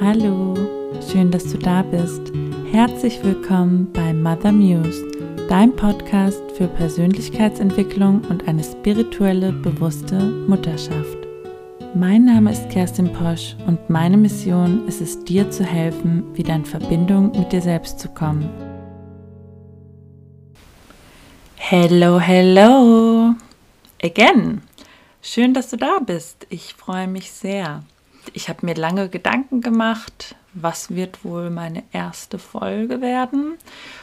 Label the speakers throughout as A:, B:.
A: Hallo, schön, dass du da bist. Herzlich willkommen bei Mother Muse, dein Podcast für Persönlichkeitsentwicklung und eine spirituelle, bewusste Mutterschaft. Mein Name ist Kerstin Posch und meine Mission ist es, dir zu helfen, wieder in Verbindung mit dir selbst zu kommen. Hello, hello, again. Schön, dass du da bist. Ich freue mich sehr. Ich habe mir lange Gedanken gemacht, was wird wohl meine erste Folge werden.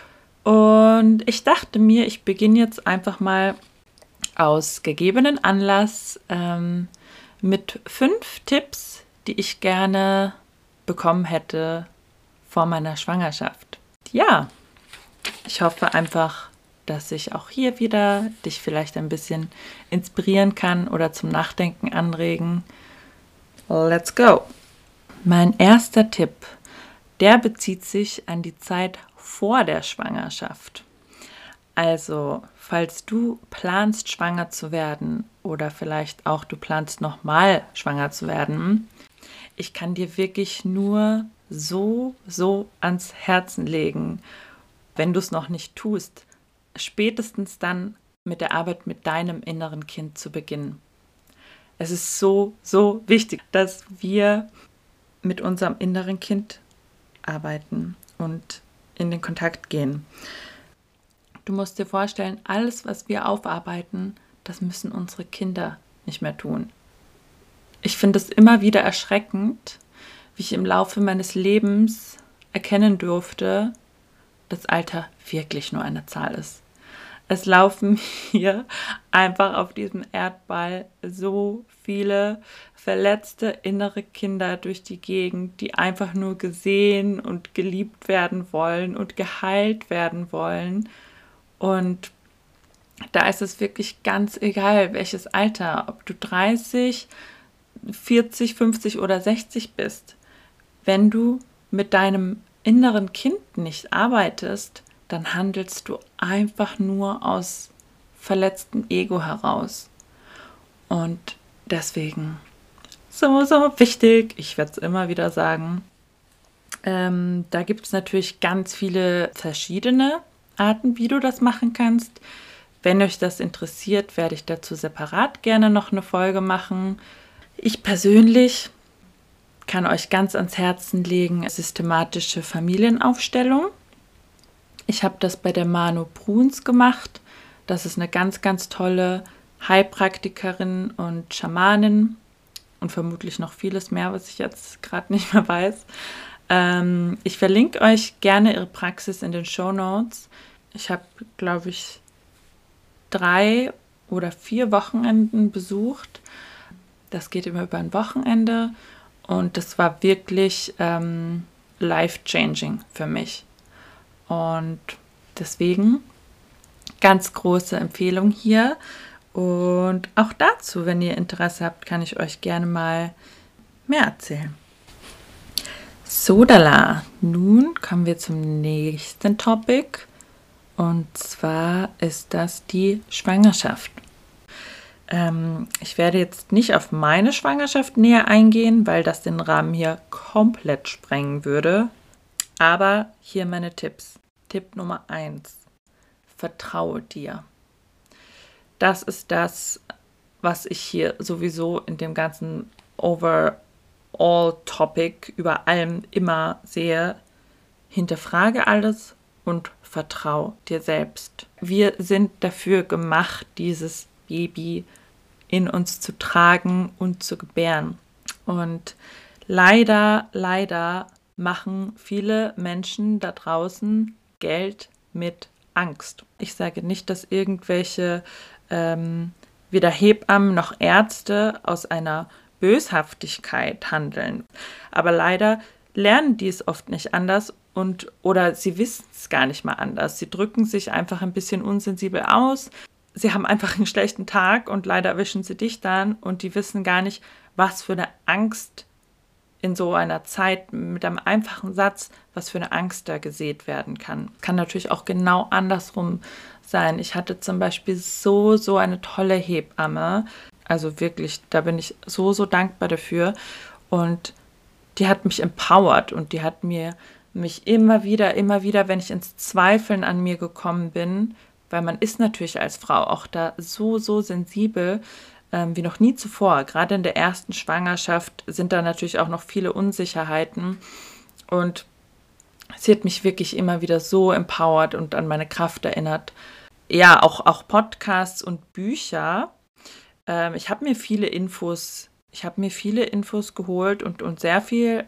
A: Und ich dachte mir, ich beginne jetzt einfach mal aus gegebenen Anlass mit 5 Tipps, die ich gerne bekommen hätte vor meiner Schwangerschaft. Ja, ich hoffe einfach, dass ich auch hier wieder dich vielleicht ein bisschen inspirieren kann oder zum Nachdenken anregen. Let's go! Mein erster Tipp, der bezieht sich an die Zeit vor der Schwangerschaft. Also, falls du planst, schwanger zu werden oder vielleicht auch du planst, nochmal schwanger zu werden, ich kann dir wirklich nur so ans Herzen legen, wenn du es noch nicht tust, spätestens dann mit der Arbeit mit deinem inneren Kind zu beginnen. Es ist so wichtig, dass wir mit unserem inneren Kind arbeiten und in den Kontakt gehen. Du musst dir vorstellen, alles, was wir aufarbeiten, das müssen unsere Kinder nicht mehr tun. Ich finde es immer wieder erschreckend, wie ich im Laufe meines Lebens erkennen durfte, dass Alter wirklich nur eine Zahl ist. Es laufen hier einfach auf diesem Erdball so viele verletzte innere Kinder durch die Gegend, die einfach nur gesehen und geliebt werden wollen und geheilt werden wollen. Und da ist es wirklich ganz egal, welches Alter, ob du 30, 40, 50 oder 60 bist. Wenn du mit deinem inneren Kind nicht arbeitest, dann handelst du einfach nur aus verletztem Ego heraus. Und deswegen so wichtig, ich werde es immer wieder sagen, da gibt es natürlich ganz viele verschiedene Arten, wie du das machen kannst. Wenn euch das interessiert, werde ich dazu separat gerne noch eine Folge machen. Ich persönlich kann euch ganz ans Herzen legen, systematische Familienaufstellung. Ich habe das bei der Manu Bruns gemacht. Das ist eine ganz tolle Heilpraktikerin und Schamanin und vermutlich noch vieles mehr, was ich jetzt gerade nicht mehr weiß. Ich verlinke euch gerne ihre Praxis in den Shownotes. Ich habe, glaube ich, 3 oder 4 Wochenenden besucht. Das geht immer über ein Wochenende und das war wirklich life-changing für mich. Und deswegen ganz große Empfehlung hier. Und auch dazu, wenn ihr Interesse habt, kann ich euch gerne mal mehr erzählen. Sodala, nun kommen wir zum nächsten Topic. Und zwar ist das die Schwangerschaft. Ich werde jetzt nicht auf meine Schwangerschaft näher eingehen, weil das den Rahmen hier komplett sprengen würde. Aber hier meine Tipps. Tipp Nummer 1. Vertraue dir. Das ist das, was ich hier sowieso in dem ganzen Overall-Topic über allem immer sehe. Hinterfrage alles und vertraue dir selbst. Wir sind dafür gemacht, dieses Baby in uns zu tragen und zu gebären. Und leider machen viele Menschen da draußen Geld mit Angst. Ich sage nicht, dass irgendwelche weder Hebammen noch Ärzte aus einer Böshaftigkeit handeln. Aber leider lernen die es oft nicht anders oder sie wissen es gar nicht mal anders. Sie drücken sich einfach ein bisschen unsensibel aus. Sie haben einfach einen schlechten Tag und leider erwischen sie dich dann und die wissen gar nicht, was für eine Angst in so einer Zeit mit einem einfachen Satz, was für eine Angst da gesät werden kann. Kann natürlich auch genau andersrum sein. Ich hatte zum Beispiel so eine tolle Hebamme. Also wirklich, da bin ich so dankbar dafür. Und die hat mich empowert und die hat mich immer wieder, wenn ich ins Zweifeln an mir gekommen bin, weil man ist natürlich als Frau auch da so sensibel wie noch nie zuvor. Gerade in der ersten Schwangerschaft sind da natürlich auch noch viele Unsicherheiten und sie hat mich wirklich immer wieder so empowert und an meine Kraft erinnert. Ja, auch Podcasts und Bücher. Ich habe mir viele Infos geholt und sehr viel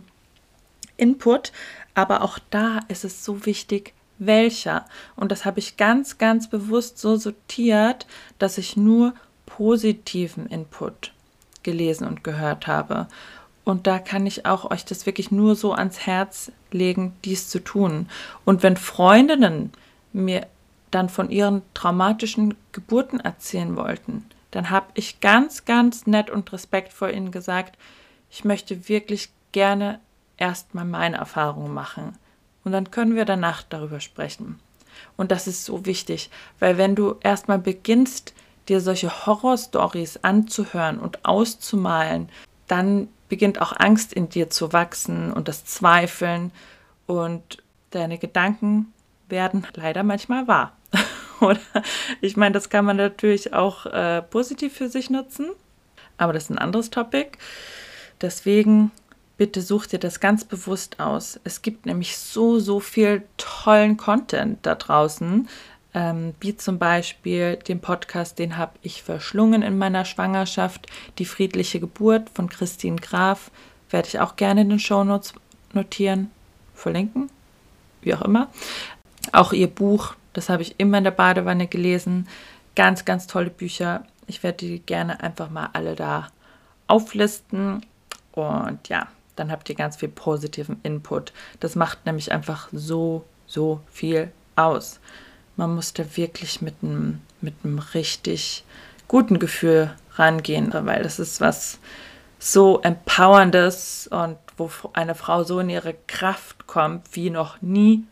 A: Input, aber auch da ist es so wichtig, welcher. Und das habe ich ganz, ganz bewusst so sortiert, dass ich nur positiven Input gelesen und gehört habe. Und da kann ich auch euch das wirklich nur so ans Herz legen, dies zu tun. Und wenn Freundinnen mir dann von ihren traumatischen Geburten erzählen wollten, dann habe ich ganz, ganz nett und respektvoll ihnen gesagt, ich möchte wirklich gerne erstmal meine Erfahrungen machen. Und dann können wir danach darüber sprechen. Und das ist so wichtig, weil wenn du erstmal beginnst, dir solche Horrorstories anzuhören und auszumalen, dann beginnt auch Angst in dir zu wachsen und das Zweifeln und deine Gedanken werden leider manchmal wahr. Oder ich meine, das kann man natürlich auch positiv für sich nutzen, aber das ist ein anderes Topic. Deswegen bitte such dir das ganz bewusst aus. Es gibt nämlich so viel tollen Content da draußen, wie zum Beispiel den Podcast, den habe ich verschlungen in meiner Schwangerschaft, Die friedliche Geburt von Christine Graf, werde ich auch gerne in den Shownotes notieren, verlinken, wie auch immer. Auch ihr Buch, das habe ich immer in der Badewanne gelesen, ganz, ganz tolle Bücher. Ich werde die gerne einfach mal alle da auflisten und ja, dann habt ihr ganz viel positiven Input. Das macht nämlich einfach so viel aus. Man muss da wirklich mit einem richtig guten Gefühl rangehen, weil das ist was so Empowerndes und wo eine Frau so in ihre Kraft kommt wie noch nie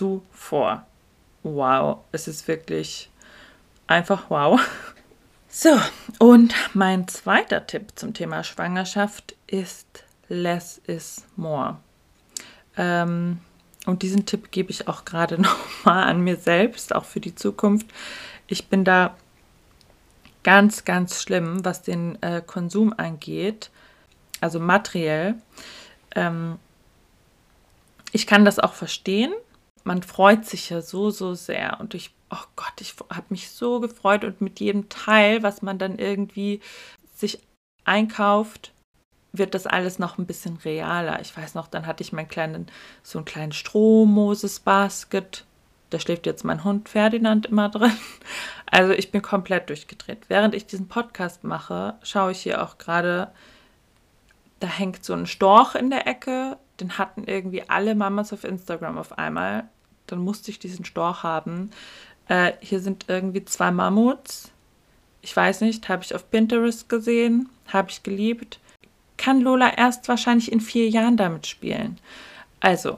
A: zuvor. Wow, es ist wirklich einfach wow. So, und mein zweiter Tipp zum Thema Schwangerschaft ist Less is more. Und diesen Tipp gebe ich auch gerade nochmal an mir selbst, auch für die Zukunft. Ich bin da ganz, ganz schlimm, was den Konsum angeht, also materiell. Ich kann das auch verstehen. Man freut sich ja so sehr. Und ich habe mich so gefreut und mit jedem Teil, was man dann irgendwie sich einkauft, wird das alles noch ein bisschen realer. Ich weiß noch, dann hatte ich so einen kleinen Stroh-Moses-Basket. Da schläft jetzt mein Hund Ferdinand immer drin. Also ich bin komplett durchgedreht. Während ich diesen Podcast mache, schaue ich hier auch gerade, da hängt so ein Storch in der Ecke. Den hatten irgendwie alle Mamas auf Instagram auf einmal. Dann musste ich diesen Storch haben. Hier sind irgendwie 2 Mammuts. Ich weiß nicht, habe ich auf Pinterest gesehen, habe ich geliebt. Kann Lola erst wahrscheinlich in 4 Jahren damit spielen. Also,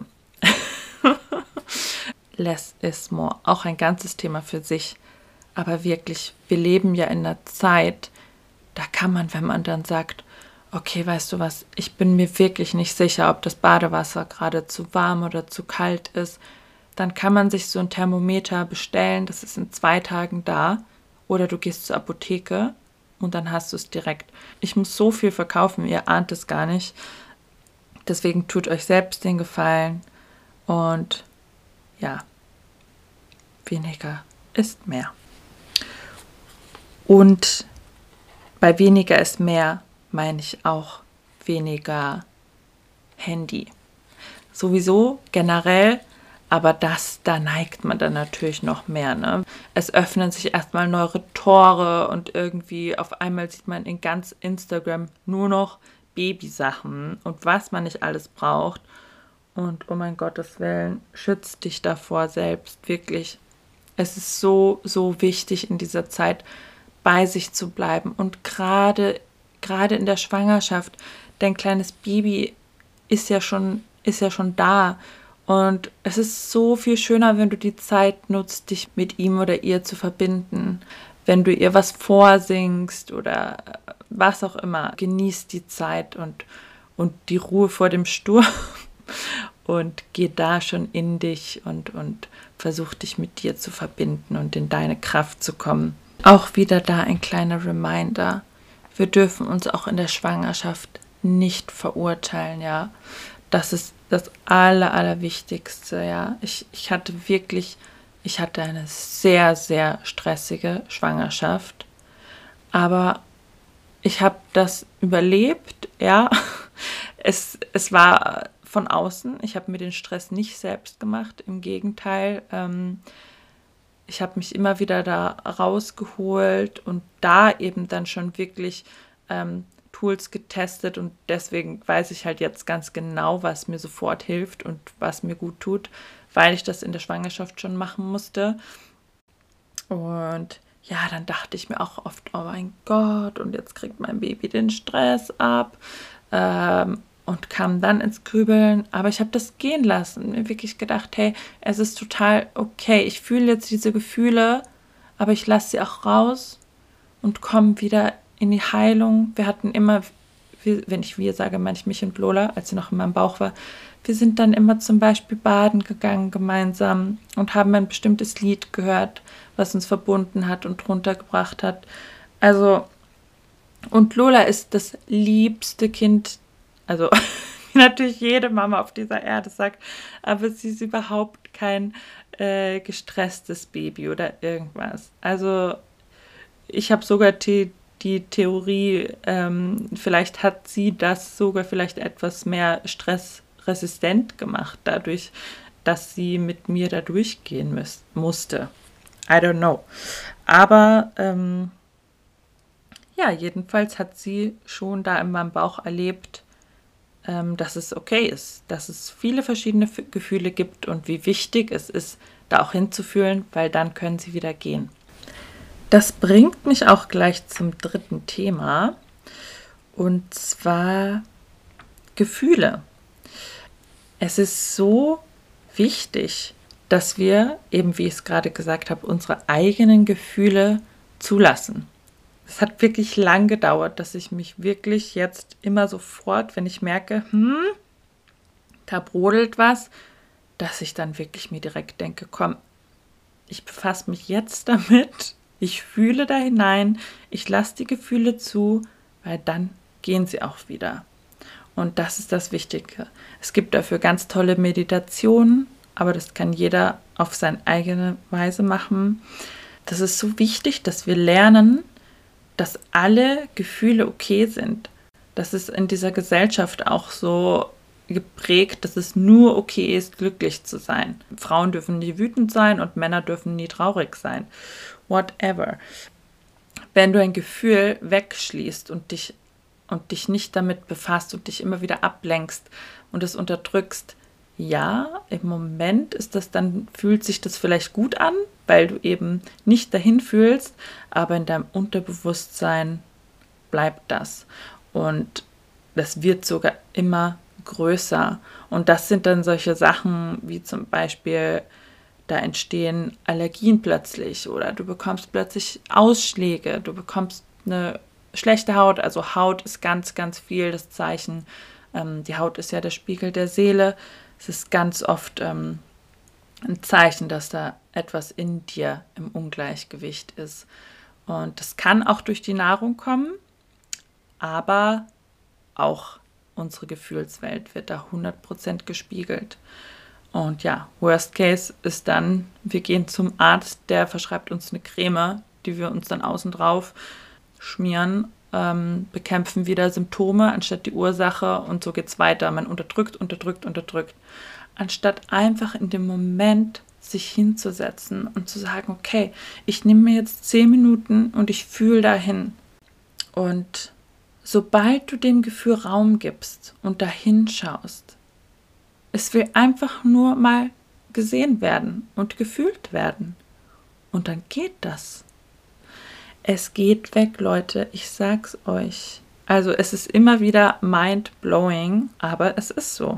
A: Less is more. Auch ein ganzes Thema für sich. Aber wirklich, wir leben ja in einer Zeit, da kann man, wenn man dann sagt, okay, weißt du was, ich bin mir wirklich nicht sicher, ob das Badewasser gerade zu warm oder zu kalt ist, dann kann man sich so ein Thermometer bestellen, das ist in 2 Tagen da. Oder du gehst zur Apotheke und dann hast du es direkt. Ich muss so viel verkaufen, ihr ahnt es gar nicht. Deswegen tut euch selbst den Gefallen und ja, weniger ist mehr. Und bei weniger ist mehr meine ich auch weniger Handy. Sowieso generell, aber da neigt man dann natürlich noch mehr. Ne? Es öffnen sich erstmal neue Tore und irgendwie auf einmal sieht man in ganz Instagram nur noch Babysachen und was man nicht alles braucht. Und oh mein Gottes Willen, schütz dich davor selbst, wirklich. Es ist so wichtig in dieser Zeit bei sich zu bleiben und gerade in der Schwangerschaft, dein kleines Baby ist ja schon da und es ist so viel schöner, wenn du die Zeit nutzt, dich mit ihm oder ihr zu verbinden, wenn du ihr was vorsingst oder was auch immer. Genieß die Zeit und die Ruhe vor dem Sturm und geh da schon in dich und versuch dich mit dir zu verbinden und in deine Kraft zu kommen. Auch wieder da ein kleiner Reminder. Wir dürfen uns auch in der Schwangerschaft nicht verurteilen, ja. Das ist das Allerwichtigste, ja. Ich hatte eine sehr, sehr stressige Schwangerschaft, aber ich habe das überlebt, ja. Es war von außen. Ich habe mir den Stress nicht selbst gemacht. Im Gegenteil, ich habe mich immer wieder da rausgeholt und da eben dann schon wirklich Tools getestet und deswegen weiß ich halt jetzt ganz genau, was mir sofort hilft und was mir gut tut, weil ich das in der Schwangerschaft schon machen musste. Und ja, dann dachte ich mir auch oft, oh mein Gott, und jetzt kriegt mein Baby den Stress ab. Und kam dann ins Grübeln, aber ich habe das gehen lassen. Mir wirklich gedacht, hey, es ist total okay. Ich fühle jetzt diese Gefühle, aber ich lasse sie auch raus und komme wieder in die Heilung. Wir hatten immer, wenn ich wir sage, meine ich mich und Lola, als sie noch in meinem Bauch war, wir sind dann immer zum Beispiel baden gegangen gemeinsam und haben ein bestimmtes Lied gehört, was uns verbunden hat und runtergebracht hat. Also, und Lola ist das liebste Kind, also wie natürlich jede Mama auf dieser Erde sagt, aber sie ist überhaupt kein gestresstes Baby oder irgendwas. Also ich habe sogar die Theorie, vielleicht hat sie das sogar vielleicht etwas mehr stressresistent gemacht, dadurch, dass sie mit mir da durchgehen musste. I don't know. Aber ja, jedenfalls hat sie schon da in meinem Bauch erlebt, dass es okay ist, dass es viele verschiedene Gefühle gibt und wie wichtig es ist, da auch hinzufühlen, weil dann können sie wieder gehen. Das bringt mich auch gleich zum dritten Thema, und zwar Gefühle. Es ist so wichtig, dass wir, eben wie ich es gerade gesagt habe, unsere eigenen Gefühle zulassen. Es hat wirklich lang gedauert, dass ich mich wirklich jetzt immer sofort, wenn ich merke, da brodelt was, dass ich dann wirklich mir direkt denke, komm, ich befasse mich jetzt damit, ich fühle da hinein, ich lasse die Gefühle zu, weil dann gehen sie auch wieder. Und das ist das Wichtige. Es gibt dafür ganz tolle Meditationen, aber das kann jeder auf seine eigene Weise machen. Das ist so wichtig, dass wir lernen, dass alle Gefühle okay sind. Das ist in dieser Gesellschaft auch so geprägt, dass es nur okay ist, glücklich zu sein. Frauen dürfen nie wütend sein und Männer dürfen nie traurig sein. Whatever. Wenn du ein Gefühl wegschließt und dich nicht damit befasst und dich immer wieder ablenkst und es unterdrückst, ja, im Moment fühlt sich das vielleicht gut an, weil du eben nicht dahin fühlst, aber in deinem Unterbewusstsein bleibt das. Und das wird sogar immer größer. Und das sind dann solche Sachen wie zum Beispiel, da entstehen Allergien plötzlich oder du bekommst plötzlich Ausschläge, du bekommst eine schlechte Haut. Also Haut ist ganz, ganz viel das Zeichen. Die Haut ist ja der Spiegel der Seele. Es ist ganz oft ein Zeichen, dass da etwas in dir im Ungleichgewicht ist. Und das kann auch durch die Nahrung kommen, aber auch unsere Gefühlswelt wird da 100% gespiegelt. Und ja, Worst Case ist dann, wir gehen zum Arzt, der verschreibt uns eine Creme, die wir uns dann außen drauf schmieren, bekämpfen wieder Symptome anstatt die Ursache und so geht's weiter. Man unterdrückt. Anstatt einfach in dem Moment sich hinzusetzen und zu sagen, okay, ich nehme mir jetzt 10 Minuten und ich fühle dahin. Und sobald du dem Gefühl Raum gibst und dahin schaust, es will einfach nur mal gesehen werden und gefühlt werden. Und dann geht das. Es geht weg, Leute, ich sag's euch. Also es ist immer wieder mind-blowing, aber es ist so.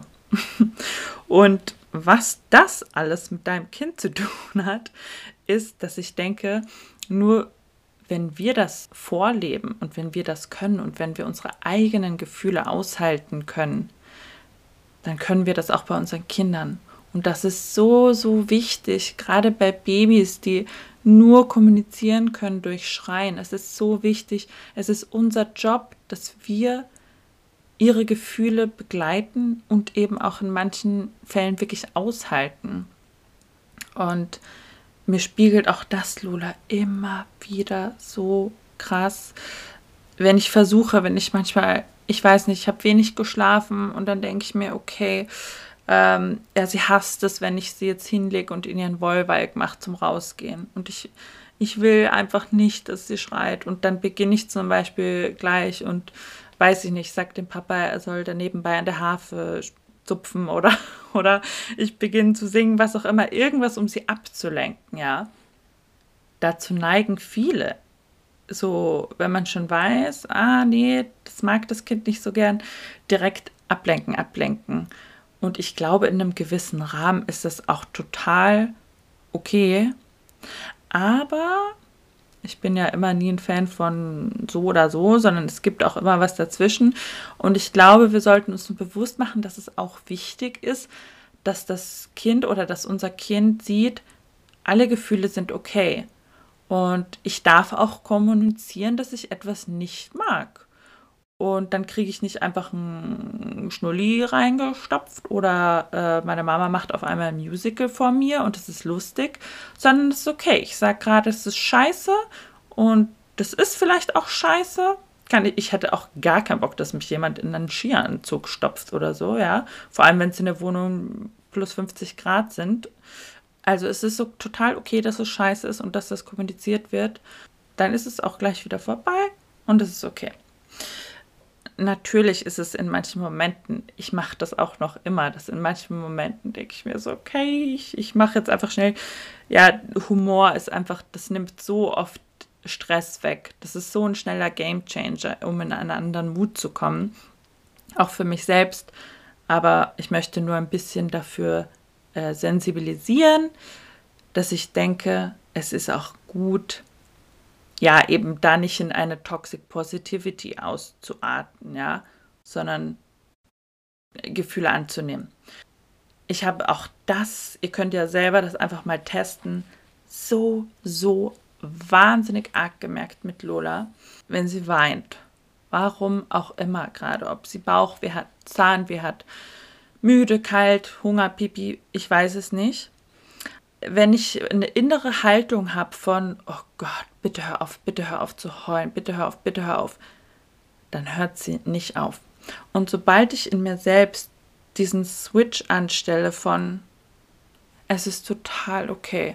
A: Und was das alles mit deinem Kind zu tun hat, ist, dass ich denke, nur wenn wir das vorleben und wenn wir das können und wenn wir unsere eigenen Gefühle aushalten können, dann können wir das auch bei unseren Kindern. Und das ist so, so wichtig, gerade bei Babys, die nur kommunizieren können durch Schreien. Es ist so wichtig, es ist unser Job, dass wir ihre Gefühle begleiten und eben auch in manchen Fällen wirklich aushalten. Und mir spiegelt auch das Lola immer wieder so krass, wenn ich manchmal, ich weiß nicht, ich habe wenig geschlafen und dann denke ich mir, okay, sie hasst es, wenn ich sie jetzt hinlege und in ihren Wollwalk mache zum Rausgehen. Und ich will einfach nicht, dass sie schreit. Und dann beginne ich zum Beispiel gleich und weiß ich nicht, sag dem Papa, er soll da nebenbei an der Harfe zupfen oder ich beginne zu singen, was auch immer, irgendwas, um sie abzulenken, ja. Dazu neigen viele. So, wenn man schon weiß, nee, das mag das Kind nicht so gern, direkt ablenken. Und ich glaube, in einem gewissen Rahmen ist das auch total okay. Aber ich bin ja immer nie ein Fan von so oder so, sondern es gibt auch immer was dazwischen. Und ich glaube, wir sollten uns nur bewusst machen, dass es auch wichtig ist, dass das Kind oder dass unser Kind sieht, alle Gefühle sind okay. Und ich darf auch kommunizieren, dass ich etwas nicht mag. Und dann kriege ich nicht einfach einen Schnulli reingestopft oder meine Mama macht auf einmal ein Musical vor mir und es ist lustig, sondern es ist okay. Ich sage gerade, es ist scheiße und das ist vielleicht auch scheiße. Ich hätte auch gar keinen Bock, dass mich jemand in einen Skianzug stopft oder so, ja. Vor allem, wenn es in der Wohnung plus 50 Grad sind. Also es ist so total okay, dass es scheiße ist und dass das kommuniziert wird. Dann ist es auch gleich wieder vorbei und es ist okay. Natürlich ist es in manchen Momenten, ich mache das auch noch immer, dass in manchen Momenten denke ich mir so, okay, ich mache jetzt einfach schnell. Ja, Humor ist einfach, das nimmt so oft Stress weg. Das ist so ein schneller Gamechanger, um in einen anderen Mut zu kommen. Auch für mich selbst. Aber ich möchte nur ein bisschen dafür sensibilisieren, dass ich denke, es ist auch gut, ja, eben da nicht in eine Toxic Positivity auszuarten, ja, sondern Gefühle anzunehmen. Ich habe auch das, ihr könnt ja selber das einfach mal testen, so wahnsinnig arg gemerkt mit Lola, wenn sie weint. Warum auch immer gerade, ob sie Bauchweh hat, Zahnweh hat, müde, kalt, Hunger, Pipi, ich weiß es nicht. Wenn ich eine innere Haltung habe von, oh Gott, bitte hör auf zu heulen, bitte hör auf, dann hört sie nicht auf. Und sobald ich in mir selbst diesen Switch anstelle von, es ist total okay,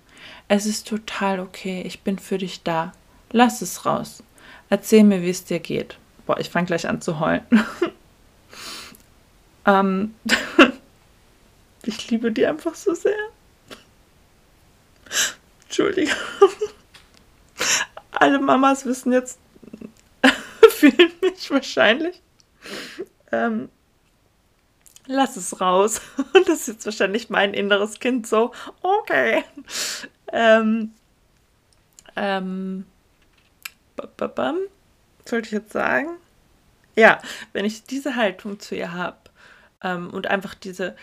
A: ich bin für dich da, lass es raus, erzähl mir, wie es dir geht. Boah, ich fange gleich an zu heulen. Ich liebe die einfach so sehr. Entschuldigung. Alle Mamas wissen jetzt, fühlen mich wahrscheinlich. Lass es raus. Und das ist jetzt wahrscheinlich mein inneres Kind so, okay. Sollte ich jetzt sagen? Ja, wenn ich diese Haltung zu ihr habe und einfach diese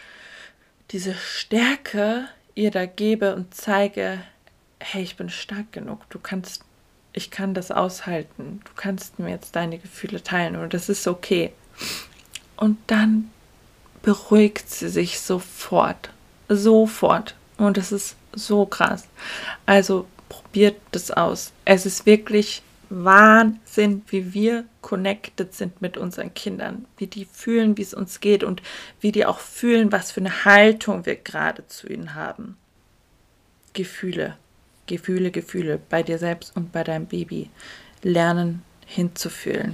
A: Stärke ihr da gebe und zeige, hey, ich bin stark genug, ich kann das aushalten, du kannst mir jetzt deine Gefühle teilen und das ist okay. Und dann beruhigt sie sich sofort. Und das ist so krass. Also probiert das aus. Es ist wirklich Wahnsinn, wie wir connected sind mit unseren Kindern, wie die fühlen, wie es uns geht und wie die auch fühlen, was für eine Haltung wir gerade zu ihnen haben. Gefühle bei dir selbst und bei deinem Baby. Lernen hinzufühlen.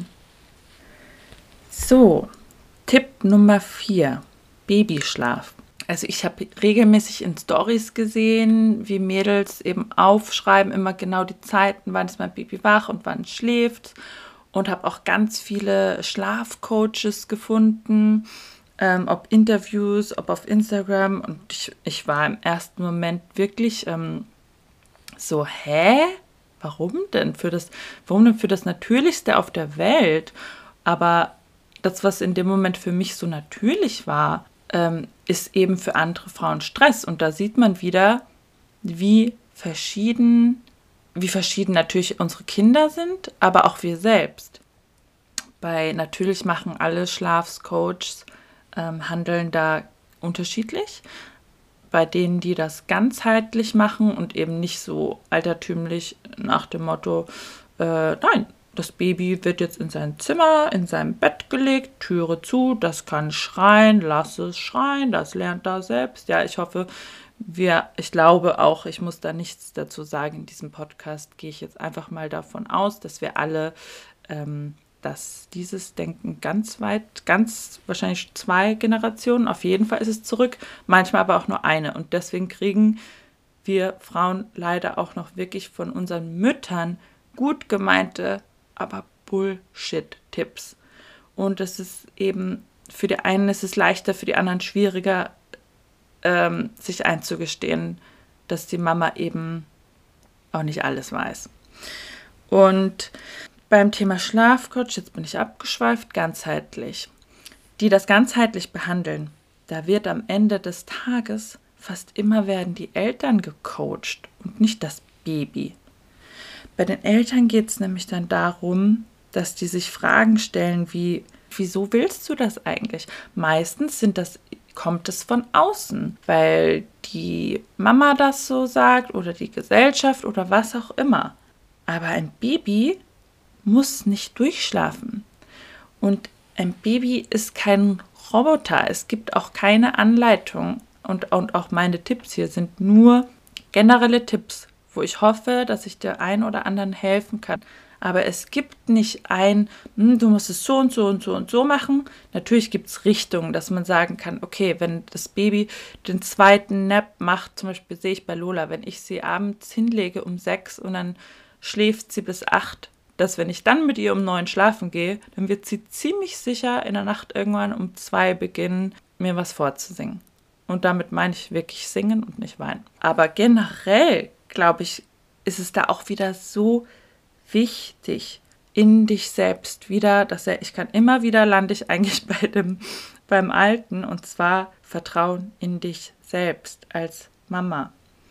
A: So, Tipp Nummer 4, Babyschlaf. Also ich habe regelmäßig in Stories gesehen, wie Mädels eben aufschreiben, immer genau die Zeiten, wann ist mein Baby wach und wann schläft. Und habe auch ganz viele Schlafcoaches gefunden, ob Interviews, ob auf Instagram. Und ich war im ersten Moment wirklich so, hä? Warum denn? Warum denn für das Natürlichste auf der Welt? Aber das, was in dem Moment für mich so natürlich war, ist eben für andere Frauen Stress. Und da sieht man wieder, wie verschieden natürlich unsere Kinder sind, aber auch wir selbst. Natürlich machen alle Schlafcoaches, handeln da unterschiedlich. Bei denen, die das ganzheitlich machen und eben nicht so altertümlich nach dem Motto, nein, das Baby wird jetzt in sein Zimmer, in sein Bett gelegt, Türe zu, das kann schreien, lass es schreien, das lernt da selbst. Ja, ich hoffe, ich glaube auch, ich muss da nichts dazu sagen in diesem Podcast, gehe ich jetzt einfach mal davon aus, dass wir alle dass dieses Denken ganz wahrscheinlich 2 Generationen, auf jeden Fall ist es zurück, manchmal aber auch nur eine. Und deswegen kriegen wir Frauen leider auch noch wirklich von unseren Müttern gut gemeinte, aber Bullshit-Tipps. Und es ist eben, für die einen ist es leichter, für die anderen schwieriger, sich einzugestehen, dass die Mama eben auch nicht alles weiß. Und beim Thema Schlafcoach, jetzt bin ich abgeschweift, ganzheitlich. Die das ganzheitlich behandeln, da wird am Ende des Tages fast immer werden die Eltern gecoacht und nicht das Baby. Bei den Eltern geht es nämlich dann darum, dass die sich Fragen stellen wie, wieso willst du das eigentlich? Meistens kommt es von außen, weil die Mama das so sagt oder die Gesellschaft oder was auch immer. Aber ein Baby muss nicht durchschlafen. Und ein Baby ist kein Roboter. Es gibt auch keine Anleitung. Und auch meine Tipps hier sind nur generelle Tipps, wo ich hoffe, dass ich der einen oder anderen helfen kann. Aber es gibt nicht du musst es so und so und so und so machen. Natürlich gibt es Richtungen, dass man sagen kann, okay, wenn das Baby den zweiten Nap macht, zum Beispiel sehe ich bei Lola, wenn ich sie abends hinlege um 6 und dann schläft sie bis 8, dass wenn ich dann mit ihr um 9 schlafen gehe, dann wird sie ziemlich sicher in der Nacht irgendwann um 2 beginnen, mir was vorzusingen. Und damit meine ich wirklich singen und nicht weinen. Aber generell, glaube ich, ist es da auch wieder so wichtig, in dich selbst wieder, lande ich eigentlich beim Alten, und zwar Vertrauen in dich selbst als Mama.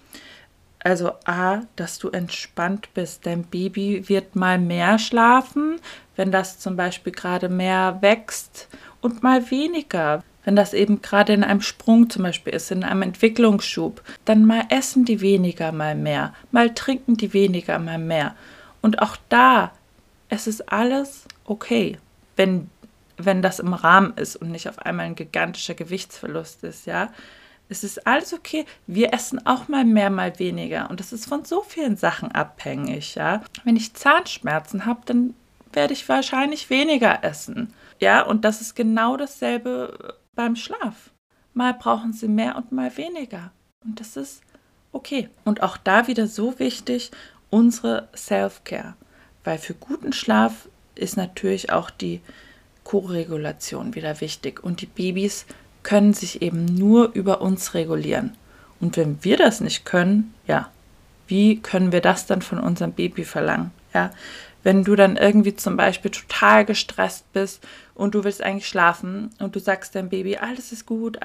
A: Also dass du entspannt bist. Dein Baby wird mal mehr schlafen, wenn das zum Beispiel gerade mehr wächst, und mal weniger. Wenn das eben gerade in einem Sprung zum Beispiel ist, in einem Entwicklungsschub, dann mal essen die weniger, mal mehr. Mal trinken die weniger, mal mehr. Und auch da, es ist alles okay, wenn das im Rahmen ist und nicht auf einmal ein gigantischer Gewichtsverlust ist, ja. Es ist alles okay. Wir essen auch mal mehr, mal weniger. Und das ist von so vielen Sachen abhängig, ja. Wenn ich Zahnschmerzen habe, dann werde ich wahrscheinlich weniger essen. Ja, und das ist genau dasselbe beim Schlaf. Mal brauchen sie mehr und mal weniger. Und das ist okay. Und auch da wieder so wichtig, unsere Self-Care. Weil für guten Schlaf ist natürlich auch die Koregulation wieder wichtig. Und die Babys können sich eben nur über uns regulieren. Und wenn wir das nicht können, ja, wie können wir das dann von unserem Baby verlangen? Ja, wenn du dann irgendwie zum Beispiel total gestresst bist und du willst eigentlich schlafen und du sagst deinem Baby, alles ist gut,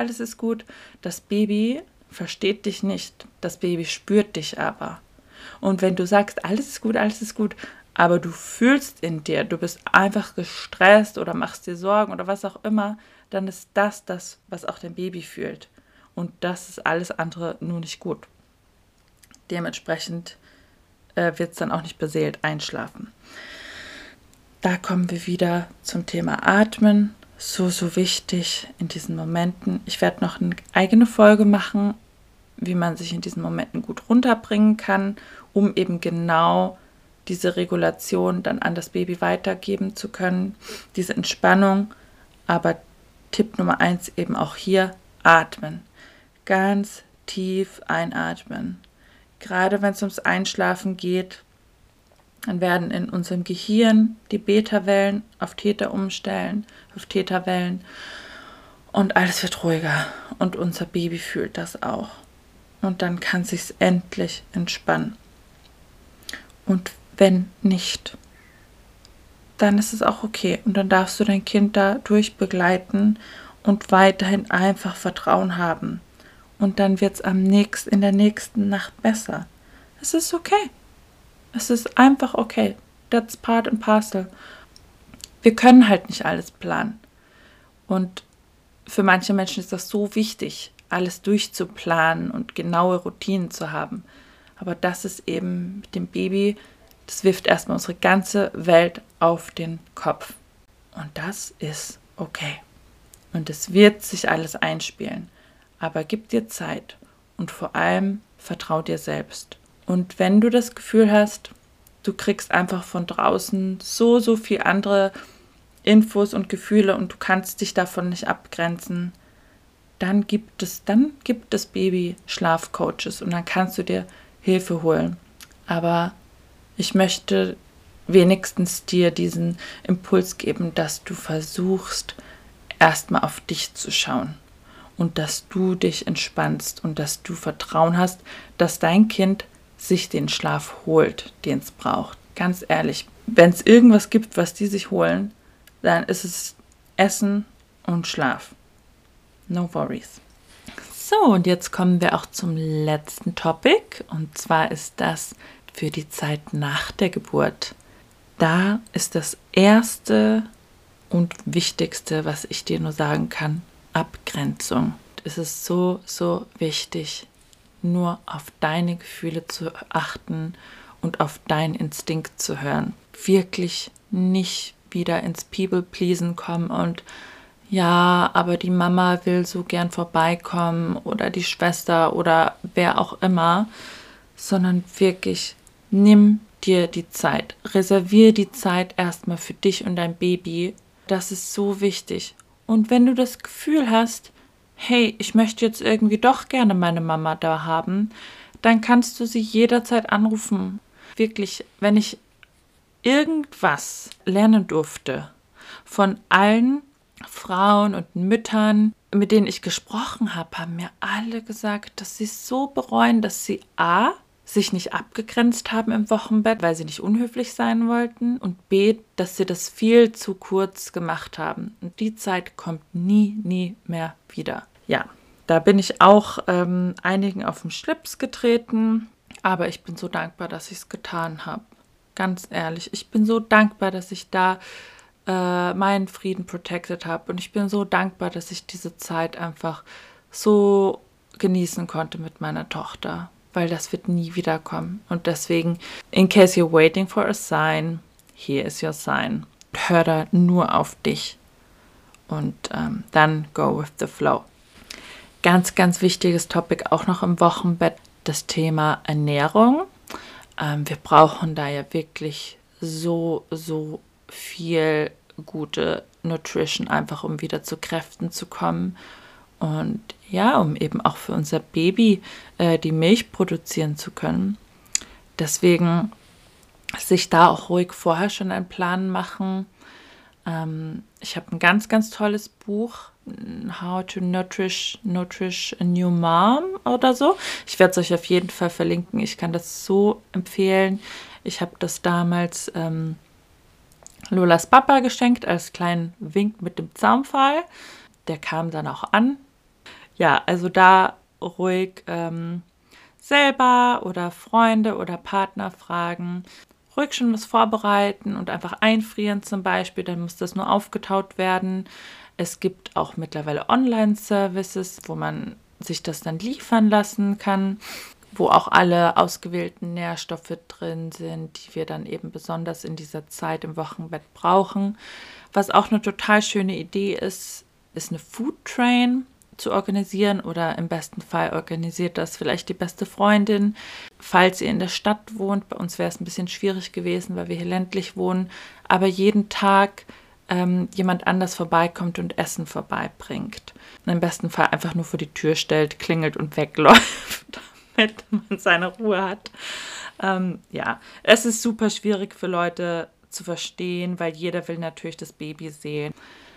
A: das Baby versteht dich nicht, das Baby spürt dich aber. Und wenn du sagst, alles ist gut, aber du fühlst in dir, du bist einfach gestresst oder machst dir Sorgen oder was auch immer, dann ist das, was auch dein Baby fühlt. Und das ist alles andere nur nicht gut. Dementsprechend wird es dann auch nicht beseelt einschlafen. Da kommen wir wieder zum Thema Atmen. So wichtig in diesen Momenten. Ich werde noch eine eigene Folge machen, wie man sich in diesen Momenten gut runterbringen kann, um eben genau diese Regulation dann an das Baby weitergeben zu können, diese Entspannung. Aber Tipp Nummer 1 eben auch hier, atmen. Ganz tief einatmen. Gerade wenn es ums Einschlafen geht, dann werden in unserem Gehirn die Beta-Wellen auf Theta umstellen, auf Theta-Wellen, und alles wird ruhiger und unser Baby fühlt das auch. Und dann kann es sich endlich entspannen. Und wenn nicht, dann ist es auch okay. Und dann darfst du dein Kind da durchbegleiten und weiterhin einfach Vertrauen haben. Und dann wird es in der nächsten Nacht besser. Es ist okay. Es ist einfach okay. That's part and parcel. Wir können halt nicht alles planen. Und für manche Menschen ist das so wichtig, alles durchzuplanen und genaue Routinen zu haben. Aber das ist eben mit dem Baby, das wirft erstmal unsere ganze Welt auf den Kopf. Und das ist okay. Und es wird sich alles einspielen. Aber gib dir Zeit und vor allem vertrau dir selbst. Und wenn du das Gefühl hast, du kriegst einfach von draußen so viel andere Infos und Gefühle und du kannst dich davon nicht abgrenzen, dann gibt es Baby-Schlafcoaches und dann kannst du dir Hilfe holen. Aber ich möchte wenigstens dir diesen Impuls geben, dass du versuchst, erstmal auf dich zu schauen und dass du dich entspannst und dass du Vertrauen hast, dass dein Kind sich den Schlaf holt, den es braucht. Ganz ehrlich, wenn es irgendwas gibt, was die sich holen, dann ist es Essen und Schlaf. No worries. So, und jetzt kommen wir auch zum letzten Topic. Und zwar ist das für die Zeit nach der Geburt. Da ist das Erste und Wichtigste, was ich dir nur sagen kann, Abgrenzung. Es ist so wichtig, nur auf deine Gefühle zu achten und auf deinen Instinkt zu hören. Wirklich nicht wieder ins People-Pleasen kommen und ja, aber die Mama will so gern vorbeikommen oder die Schwester oder wer auch immer, sondern wirklich nimm dir die Zeit. Reservier die Zeit erstmal für dich und dein Baby. Das ist so wichtig. Und wenn du das Gefühl hast, hey, ich möchte jetzt irgendwie doch gerne meine Mama da haben, dann kannst du sie jederzeit anrufen. Wirklich, wenn ich irgendwas lernen durfte von allen Frauen und Müttern, mit denen ich gesprochen habe, haben mir alle gesagt, dass sie es so bereuen, dass sie sich nicht abgegrenzt haben im Wochenbett, weil sie nicht unhöflich sein wollten und b, dass sie das viel zu kurz gemacht haben. Und die Zeit kommt nie mehr wieder. Ja, da bin ich auch einigen auf den Schlips getreten, aber ich bin so dankbar, dass ich es getan habe. Ganz ehrlich, ich bin so dankbar, dass ich da meinen Frieden protected habe und ich bin so dankbar, dass ich diese Zeit einfach so genießen konnte mit meiner Tochter, weil das wird nie wiederkommen. Und deswegen, in case you're waiting for a sign, here is your sign. Hör da nur auf dich und dann go with the flow. Ganz wichtiges Topic auch noch im Wochenbett, das Thema Ernährung. Wir brauchen da ja wirklich so viel gute Nutrition, einfach um wieder zu Kräften zu kommen und ja, um eben auch für unser Baby die Milch produzieren zu können. Deswegen sich da auch ruhig vorher schon einen Plan machen. Ich habe ein ganz tolles Buch, How to Nourish a New Mom oder so. Ich werde es euch auf jeden Fall verlinken. Ich kann das so empfehlen. Ich habe das damals Lolas Papa geschenkt als kleinen Wink mit dem Zaunpfahl. Der kam dann auch an. Ja, also da ruhig selber oder Freunde oder Partner fragen. Ruhig schon was vorbereiten und einfach einfrieren zum Beispiel. Dann muss das nur aufgetaut werden. Es gibt auch mittlerweile Online-Services, wo man sich das dann liefern lassen kann, wo auch alle ausgewählten Nährstoffe drin sind, die wir dann eben besonders in dieser Zeit im Wochenbett brauchen. Was auch eine total schöne Idee ist eine Food Train zu organisieren oder im besten Fall organisiert das vielleicht die beste Freundin, falls ihr in der Stadt wohnt. Bei uns wäre es ein bisschen schwierig gewesen, weil wir hier ländlich wohnen, aber jeden Tag jemand anders vorbeikommt und Essen vorbeibringt. Und im besten Fall einfach nur vor die Tür stellt, klingelt und wegläuft, damit man seine Ruhe hat. Ja, es ist super schwierig für Leute zu verstehen, weil jeder will natürlich das Baby sehen.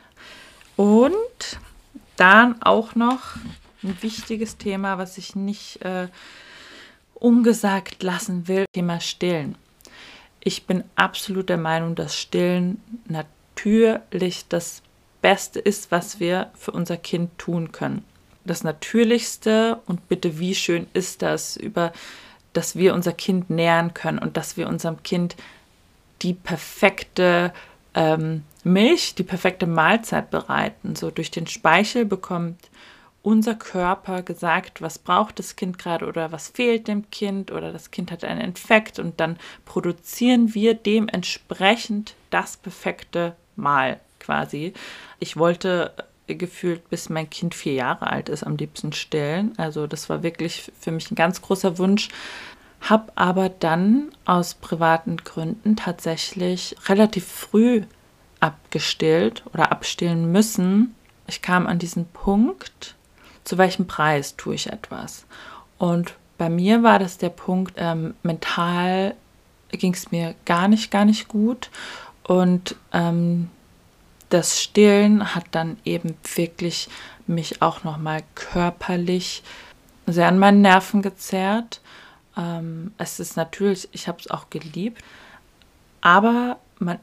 A: Und dann auch noch ein wichtiges Thema, was ich nicht ungesagt lassen will, Thema Stillen. Ich bin absolut der Meinung, dass Stillen natürlich das Beste ist, was wir für unser Kind tun können. Das Natürlichste, und bitte, wie schön ist das, dass wir unser Kind nähren können und dass wir unserem Kind die perfekte Milch, die perfekte Mahlzeit bereiten. So durch den Speichel bekommt unser Körper gesagt, was braucht das Kind gerade oder was fehlt dem Kind oder das Kind hat einen Infekt und dann produzieren wir dementsprechend das perfekte Mahl quasi. Ich wollte gefühlt, bis mein Kind 4 Jahre alt ist, am liebsten stillen. Also das war wirklich für mich ein ganz großer Wunsch. Habe aber dann aus privaten Gründen tatsächlich relativ früh abgestillt oder abstillen müssen. Ich kam an diesen Punkt, zu welchem Preis tue ich etwas? Und bei mir war das der Punkt, mental ging es mir gar nicht gut. Und das Stillen hat dann eben wirklich mich auch nochmal körperlich sehr an meinen Nerven gezerrt. Es ist natürlich, ich habe es auch geliebt, aber man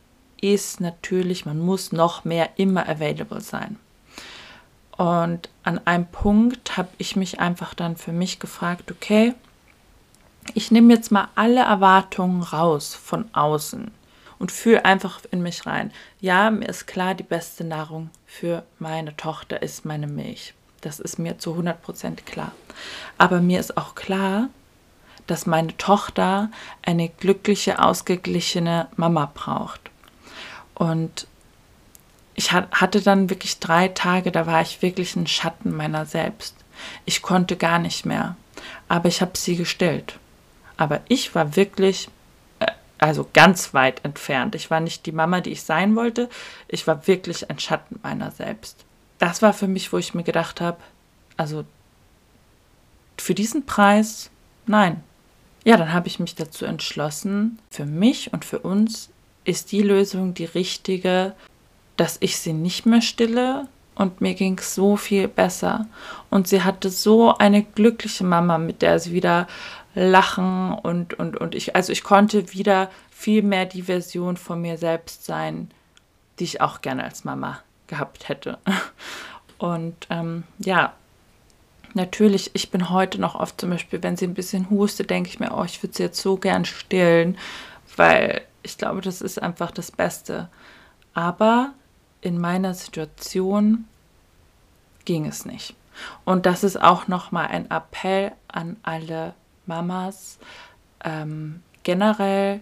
A: muss noch mehr immer available sein. Und an einem Punkt habe ich mich einfach dann für mich gefragt, okay, ich nehme jetzt mal alle Erwartungen raus von außen und fühle einfach in mich rein. Ja, mir ist klar, die beste Nahrung für meine Tochter ist meine Milch. Das ist mir zu 100% klar. Aber mir ist auch klar, dass meine Tochter eine glückliche, ausgeglichene Mama braucht. Und ich hatte dann wirklich 3 Tage, da war ich wirklich ein Schatten meiner selbst. Ich konnte gar nicht mehr, aber ich habe sie gestillt. Aber ich war wirklich, also ganz weit entfernt. Ich war nicht die Mama, die ich sein wollte. Ich war wirklich ein Schatten meiner selbst. Das war für mich, wo ich mir gedacht habe, also für diesen Preis, nein. Ja, dann habe ich mich dazu entschlossen, für mich und für uns ist die Lösung die richtige, dass ich sie nicht mehr stille und mir ging es so viel besser. Und sie hatte so eine glückliche Mama, mit der sie wieder lachen und ich konnte wieder viel mehr die Version von mir selbst sein, die ich auch gerne als Mama gehabt hätte. Und ja, natürlich, ich bin heute noch oft zum Beispiel, wenn sie ein bisschen hustet, denke ich mir, oh, ich würde sie jetzt so gern stillen, weil ich glaube, das ist einfach das Beste. Aber in meiner Situation ging es nicht. Und das ist auch nochmal ein Appell an alle Mamas. Generell,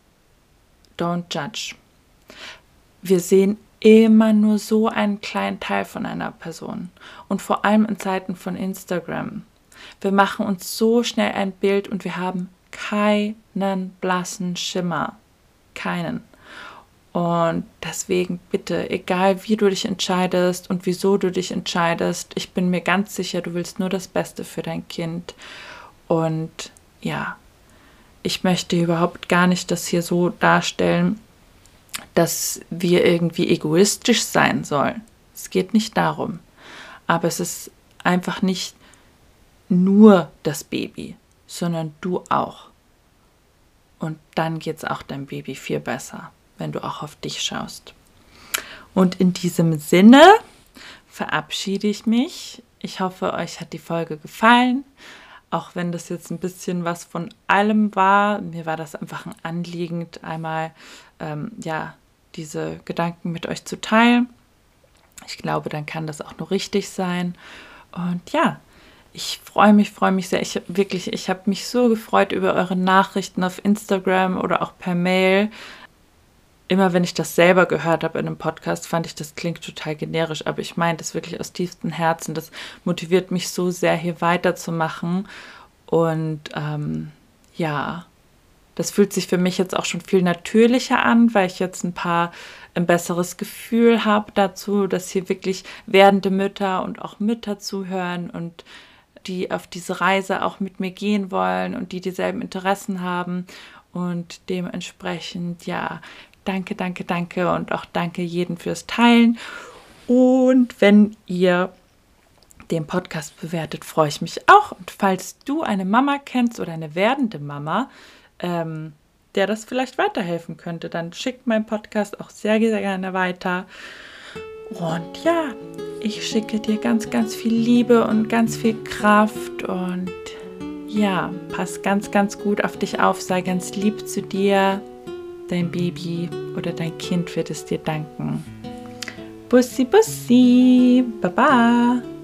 A: don't judge. Wir sehen immer nur so einen kleinen Teil von einer Person. Und vor allem in Zeiten von Instagram. Wir machen uns so schnell ein Bild und wir haben keinen blassen Schimmer. Keinen. Und deswegen bitte, egal wie du dich entscheidest und wieso du dich entscheidest, ich bin mir ganz sicher, du willst nur das Beste für dein Kind. Und ja, ich möchte überhaupt gar nicht das hier so darstellen, dass wir irgendwie egoistisch sein sollen. Es geht nicht darum. Aber es ist einfach nicht nur das Baby, sondern du auch. Und dann geht es auch deinem Baby viel besser, wenn du auch auf dich schaust. Und in diesem Sinne verabschiede ich mich. Ich hoffe, euch hat die Folge gefallen. Auch wenn das jetzt ein bisschen was von allem war. Mir war das einfach ein Anliegen, einmal diese Gedanken mit euch zu teilen. Ich glaube, dann kann das auch nur richtig sein. Und ja, ich freue mich sehr. Ich habe mich so gefreut über eure Nachrichten auf Instagram oder auch per Mail. Immer wenn ich das selber gehört habe in einem Podcast, fand ich, das klingt total generisch, aber ich meine das wirklich aus tiefstem Herzen. Das motiviert mich so sehr, hier weiterzumachen. Und das fühlt sich für mich jetzt auch schon viel natürlicher an, weil ich jetzt ein besseres Gefühl habe dazu, dass hier wirklich werdende Mütter und auch Mütter zuhören und die auf diese Reise auch mit mir gehen wollen und die dieselben Interessen haben. Und dementsprechend, ja, danke und auch danke jedem fürs Teilen. Und wenn ihr den Podcast bewertet, freue ich mich auch. Und falls du eine Mama kennst oder eine werdende Mama, der der das vielleicht weiterhelfen könnte, dann schickt meinen Podcast auch sehr, sehr gerne weiter. Und ja, ich schicke dir ganz, ganz viel Liebe und ganz viel Kraft und ja, pass ganz, ganz gut auf dich auf, sei ganz lieb zu dir. Dein Baby oder dein Kind wird es dir danken. Bussi, Bussi, Baba.